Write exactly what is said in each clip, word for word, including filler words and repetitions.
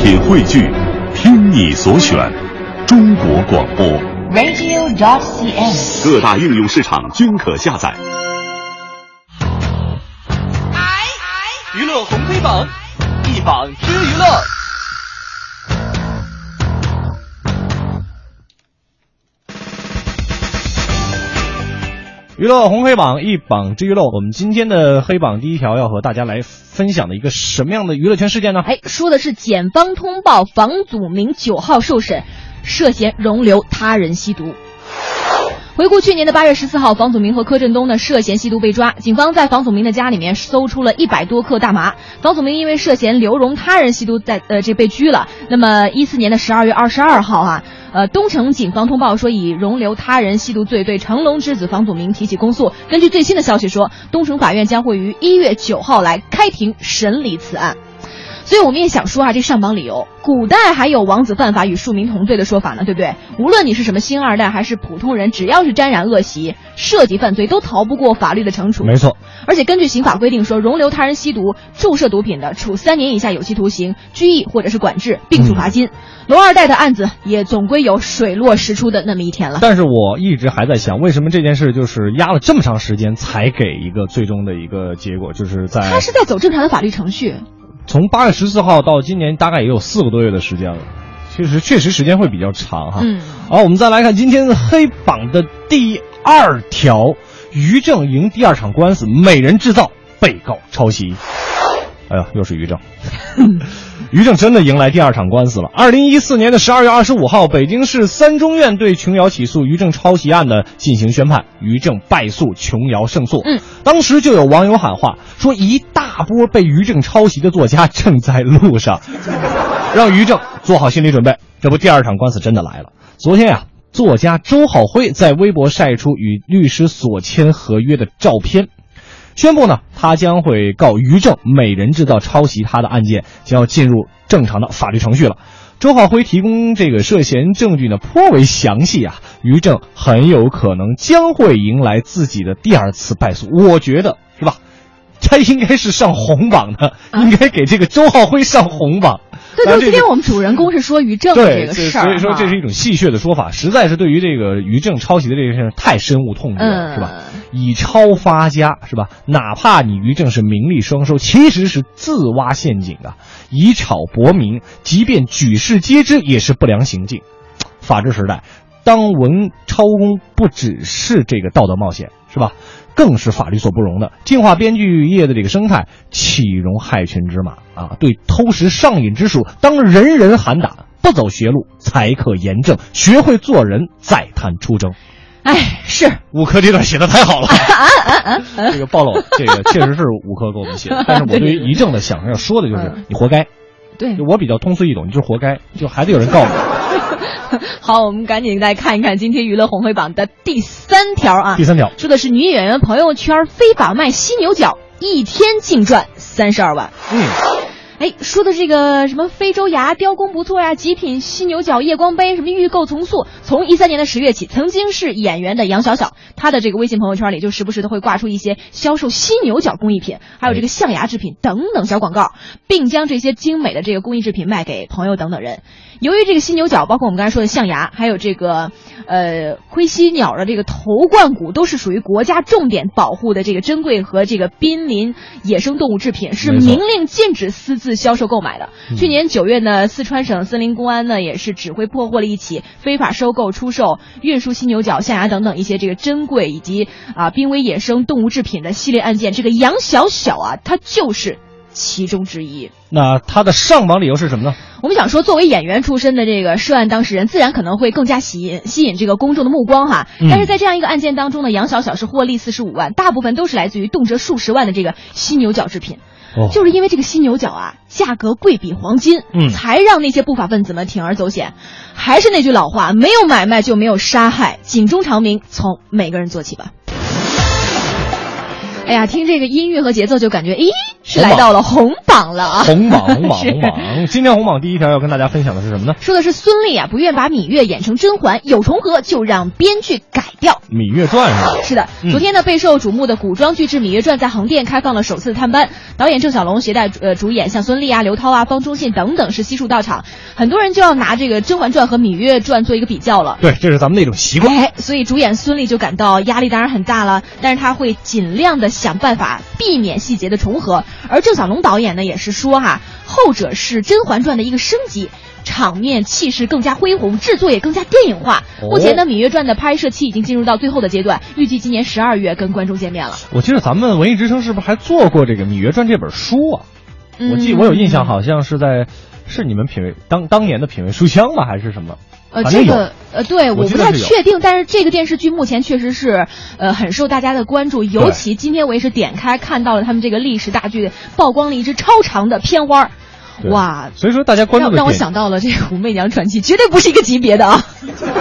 品汇聚，听你所选，中国广播 radio dot c n， 各大应用市场均可下载。 娱乐红黑榜，一榜之娱乐。 娱乐红黑榜，一榜之娱乐。我们今天的黑榜第一条要和大家来分享的一个什么样的娱乐圈事件呢？ 哎，说的是检方通报房祖名九号受审，涉嫌容留他人吸毒。回顾去年的八月十四号，房祖名和柯震东呢涉嫌吸毒被抓，警方在房祖名的家里面搜出了一百多克大麻。房祖名因为涉嫌留容他人吸毒在呃这被拘了。那么一四年的十二月二十二号啊，呃东城警方通报说以容留他人吸毒罪对成龙之子房祖名提起公诉。根据最新的消息说，东城法院将会于一月九号来开庭审理此案。所以我们也想说啊，这上榜理由，古代还有王子犯法与庶民同罪的说法呢，对不对？无论你是什么星二代还是普通人，只要是沾染恶习，涉及犯罪，都逃不过法律的惩处。 没错。 而且根据刑法规定说，容留他人吸毒、注射毒品的，处三年以下有期徒刑、拘役或者是管制，并处罚金。罗、嗯、二代的案子也总归有水落石出的那么一天了。 但是我一直还在想，为什么这件事就是压了这么长时间才给一个最终的一个结果？就是在他是在走正常的法律程序。 从八月十四号到今年大概也有四个多月的时间了，其实确实时间会比较长哈。 嗯， 好，我们再来看今天黑榜的第二条，于正赢第二场官司，美人制造被告抄袭。哎呀，又是于正。于正真的迎来第二场官司了。二零一四年的十二月二十五号，北京市三中院对琼瑶起诉于正抄袭案的进行宣判，于正败诉，琼瑶胜诉。 嗯， 当时就有网友喊话说，一大波被于正抄袭的作家正在路上，让于正做好心理准备。这不，第二场官司真的来了。昨天啊，作家周浩辉在微博晒出与律师所签合约的照片，宣布呢，他将会告于正美人制造抄袭他的案件将要进入正常的法律程序了。周浩辉提供这个涉嫌证据呢颇为详细啊，于正很有可能将会迎来自己的第二次败诉。我觉得是吧，他应该是上红榜的，应该给这个周浩辉上红榜。 对对，今天我们主人公是说于正的这个事儿， 所以说这是一种戏谑的说法，实在是对于这个于正抄袭的这件事太深恶痛绝了， 嗯、 是吧？以抄发家是吧？哪怕你于正是名利双收，其实是自挖陷阱啊！以炒博名，即便举世皆知，也是不良行径。法治时代，当文抄公不只是这个道德冒险，是吧？更是法律所不容的。净化编剧业的这个生态，岂容害群之马啊！对偷食上瘾之属，当人人喊打，不走学路才可严正，学会做人，再谈出征。 哎，是五科这段写的太好了，这个暴露，这个确实是五科给我们写的。但是我对于于正的想要说的就是，你活该。 对， 我比较通俗易懂，你就是活该，就还得有人告你。 好，我们赶紧来看一看今天娱乐红黑榜的第三条啊。 第三条说的是女演员朋友圈非法卖犀牛角，一天净赚三十二万。 嗯。 哎，说的这个什么非洲牙雕工不错呀，极品犀牛角夜光杯，什么预购从速。从一三年的十月起，曾经是演员的杨晓晓，她的这个微信朋友圈里就时不时的会挂出一些销售犀牛角工艺品，还有这个象牙制品等等小广告，并将这些精美的这个工艺制品卖给朋友等等人。由于这个犀牛角，包括我们刚才说的象牙，还有这个呃灰犀鸟的这个头冠骨，都是属于国家重点保护的这个珍贵和这个濒临野生动物制品，是明令禁止私自销售购买的。嗯、去年九月呢，四川省森林公安呢也是指挥破获了一起非法收购、出售、运输犀牛角、象牙等等一些这个珍贵以及啊濒危野生动物制品的系列案件。这个杨晓晓啊，他就是其中之一。 那他的上榜理由是什么呢？ 我们想说，作为演员出身的这个涉案当事人，自然可能会更加吸引吸引这个公众的目光哈。 嗯、 但是在这样一个案件当中呢，杨晓晓是获利四十五万，大部分都是来自于动辄数十万的这个犀牛角制品。 哦、 就是因为这个犀牛角啊，价格贵比黄金， 嗯， 才让那些不法分子们铤而走险。还是那句老话，没有买卖就没有杀害，警钟长鸣，从每个人做起吧。 哎呀，听这个音乐和节奏就感觉，咦，是来到了红榜了啊！ 红榜，红榜，红榜。今天红榜第一条要跟大家分享的是什么呢？ 说的是孙俪啊，不愿把芈月演成甄嬛，有重合就让编剧改掉。 《芈月传》是吧？ 是的， 嗯、 昨天呢，备受瞩目的古装剧制《芈月传》在横店开放了首次的探班，导演郑晓龙携带呃主演像孙俪啊、刘涛啊、方中信等等是悉数到场，很多人就要拿这个《甄嬛传》和《芈月传》做一个比较了。 对，这是咱们那种习惯。 哎，所以主演孙俪就感到压力当然很大了，但是他会尽量的想办法避免细节的重合。而郑晓龙导演呢也是说哈、啊，后者是《甄嬛传》的一个升级，场面气势更加恢宏，制作也更加电影化。 哦、 目前呢，《芈月传》的拍摄期已经进入到最后的阶段，预计今年十二月跟观众见面了。 我记得咱们文艺之声是不是还做过这个《芈月传》这本书啊？嗯、我记我有印象，好像是在是你们品味当当年的品味书香吧，还是什么？ 呃，这个呃，对，我不太确定，但是这个电视剧目前确实是呃很受大家的关注，尤其今天我也是点开看到了他们这个历史大剧曝光了一支超长的片花，哇！ 所以说大家关注的让让我想到了这个《武媚娘传奇》，绝对不是一个级别的啊。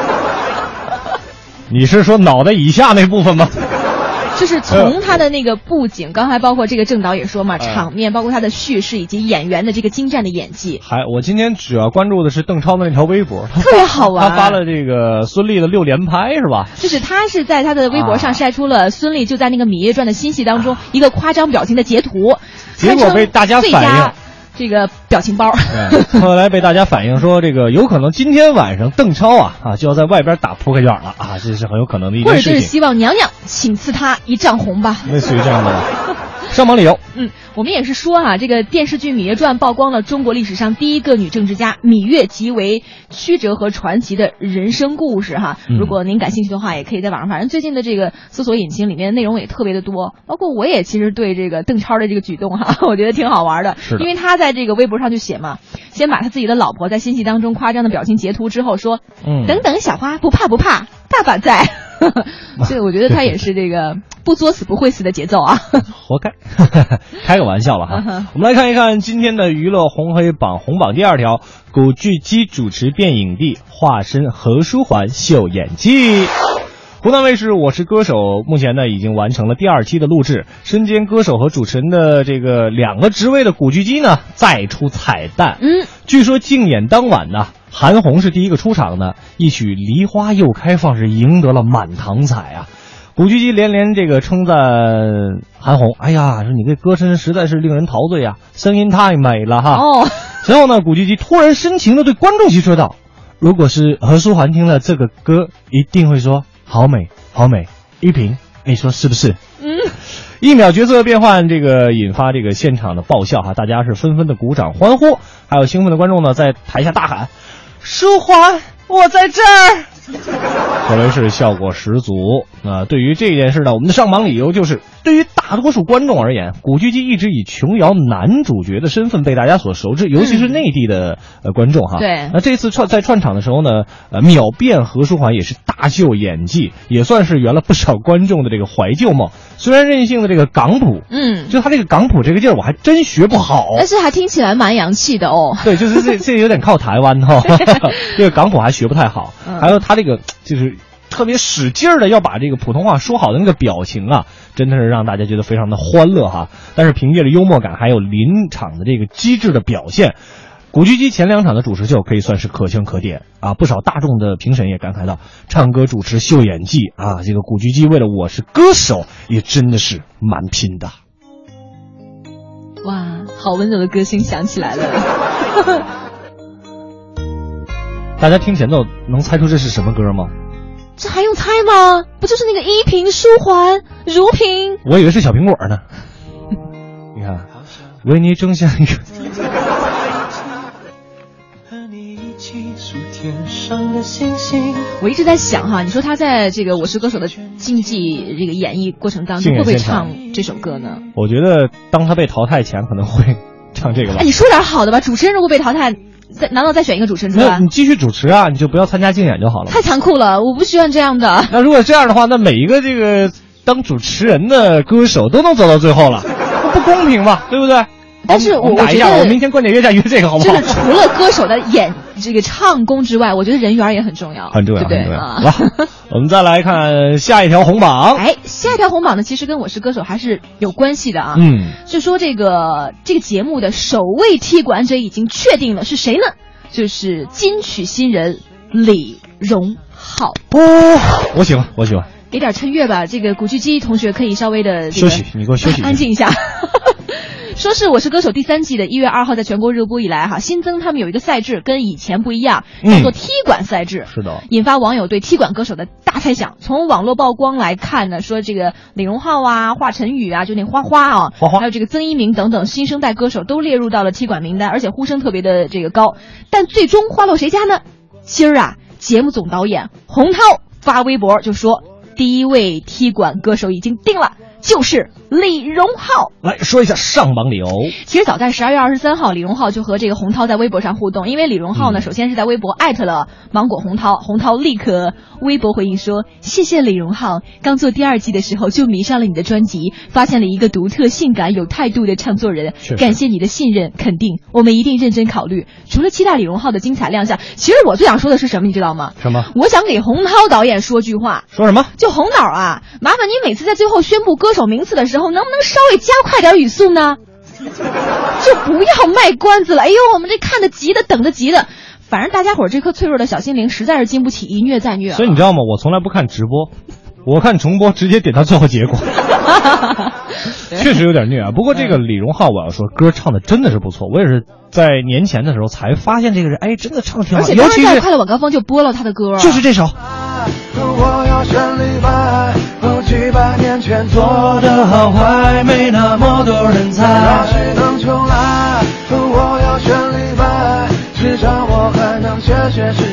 你是说脑袋以下那部分吗？ 就是从他的那个布景，刚才包括这个郑导也说嘛，场面包括他的叙事以及演员的这个精湛的演技。 还我今天主要关注的是邓超的那条微博， 特别好玩。 他发了这个孙俪的六连拍是吧？ 就是他是在他的微博上晒出了孙俪就在那个《芈月传》的新戏当中一个夸张表情的截图， 结果被大家反映。 这个表情包， 后来被大家反映说，这个有可能今天晚上邓超啊啊就要在外边打扑克卷了啊，这是很有可能的一件事情。 或者就是希望娘娘请赐他一丈红吧， 类似于这样的吧。上榜理由， 嗯，我们也是说啊，这个电视剧《芈月传》曝光了中国历史上第一个女政治家芈月极为曲折和传奇的人生故事哈。 嗯、 如果您感兴趣的话，也可以在网上，反正最近的这个搜索引擎里面的内容也特别的多，包括我也其实对这个邓超的这个举动哈，我觉得挺好玩的， 是的， 因为他在这个微博上就写嘛，先把他自己的老婆在新戏当中夸张的表情截图之后说， 嗯， 等等小花不怕不怕，爸爸在。所以我觉得他也是这个不作死不会死的节奏啊， 活该。开个玩笑了哈。我们来看一看今天的娱乐红黑榜红榜第二条，古巨基主持变影帝，化身何书桓秀演技。湖南卫视《我是歌手》目前呢已经完成了第二期的录制，身兼歌手和主持人的这个两个职位的古巨基呢再出彩蛋。 嗯， 据说竞演当晚呢，韩红是第一个出场的，一曲《梨花又开放》是赢得了满堂彩啊。古巨基连连这个称赞韩红，哎呀，说你这歌声实在是令人陶醉啊，声音太美了哈。 哦， 随后呢，古巨基突然深情地对观众席说道：“如果是何书桓听了这个歌，一定会说好美，好美。玉萍，你说是不是？” 嗯， 一秒角色变换，这个引发这个现场的爆笑哈，大家是纷纷的鼓掌欢呼，还有兴奋的观众呢在台下大喊：“书桓，我在这儿！”可谓是效果十足。那、呃、对于这件事呢，我们的上榜理由就是，对于大多数观众而言，古巨基一直以琼瑶男主角的身份被大家所熟知，尤其是内地的呃观众哈。 对。 那这次串在串场的时候呢，呃，秒变何书桓也是大秀演技，也算是圆了不少观众的这个怀旧梦。虽然任性的这个港普， 嗯， 就他这个港普这个劲儿，我还真学不好， 但是还听起来蛮洋气的哦。 对，就是这这有点靠台湾哈、哦，这个港普还学不太好， 嗯、 还有他这个就是特别使劲儿的要把这个普通话说好的那个表情啊，真的是让大家觉得非常的欢乐哈。但是凭借着幽默感还有临场的这个机智的表现，古巨基前两场的主持秀可以算是可圈可点啊！不少大众的评审也感慨到，唱歌、主持、秀演技啊，这个古巨基为了《我是歌手》也真的是蛮拼的。 哇，好温柔的歌声响起来了。 大家听前奏能猜出这是什么歌吗？ 这还用猜吗？不就是那个依萍、舒缓、如萍？ 我以为是小苹果呢。你看，为你种下一个。 我一直在想哈，你说他在这个《我是歌手》的竞技这个演绎过程当中，会不会唱这首歌呢？ 我觉得当他被淘汰前可能会唱这个吧。 哎，你说点好的吧。主持人如果被淘汰，再难道再选一个主持人出来？ 那你继续主持啊，你就不要参加竞演就好了。 太残酷了，我不希望这样的。 那如果这样的话，那每一个这个当主持人的歌手都能走到最后了，不公平吧？对不对？ 但是我我们打一架， 我觉得我明天观点约战约这个好不好？ 这个除了歌手的演这个唱功之外，我觉得人缘也很重要， 很重要， 对不对很重要。 啊？ 好，我们再来看下一条红榜。 哎，下一条红榜呢，其实跟我是歌手还是有关系的啊。 嗯， 是说这个这个节目的首位踢馆者已经确定了，是谁呢？就是金曲新人李荣浩。 哦，我喜欢，我喜欢。 给点衬乐吧，这个古巨基同学可以稍微的、这个、 休息，你给我休息一下， 安静一下。说是《我是歌手》第三季的一月二号在全国热播以来哈，新增他们有一个赛制跟以前不一样，叫做踢馆赛制。 嗯、是的， 引发网友对踢馆歌手的大猜想。从网络曝光来看呢，说这个李荣浩啊、华晨宇啊，就那花花啊， 花花， 还有这个曾一鸣等等新生代歌手都列入到了踢馆名单，而且呼声特别的这个高。但最终花落谁家呢？今儿啊，节目总导演洪涛发微博就说，第一位踢馆歌手已经定了。就是李荣浩。 来说一下上榜理由。 其实早在十二月二十三号，李荣浩就和这个洪涛在微博上互动，因为李荣浩呢，嗯、首先是在微博艾特了芒果洪涛，洪涛立刻微博回应说：“谢谢李荣浩，刚做第二季的时候就迷上了你的专辑，发现了一个独特、性感、有态度的唱作人，感谢你的信任肯定，我们一定认真考虑。”除了期待李荣浩的精彩亮相，其实我最想说的是什么，你知道吗？ 什么？ 我想给洪涛导演说句话。 说什么？ 就洪导啊，麻烦你每次在最后宣布歌手名次的时候，能不能稍微加快点语速呢？就不要卖关子了。哎呦，我们这看得急的，等得急的，反正大家伙这颗脆弱的小心灵实在是经不起一虐再虐。 所以你知道吗？我从来不看直播，我看重播，直接点到最后结果。确实有点虐啊。不过这个李荣浩，我要说歌唱的真的是不错，我也是在年前的时候才发现这个人，哎，真的唱的挺好。 而且当时在快乐晚高峰就播了他的歌， 就是这首。 我要选李白，哦，几百年前做的好坏，没那么多人猜。要是能重来，我要选李白，至少我还能写写诗。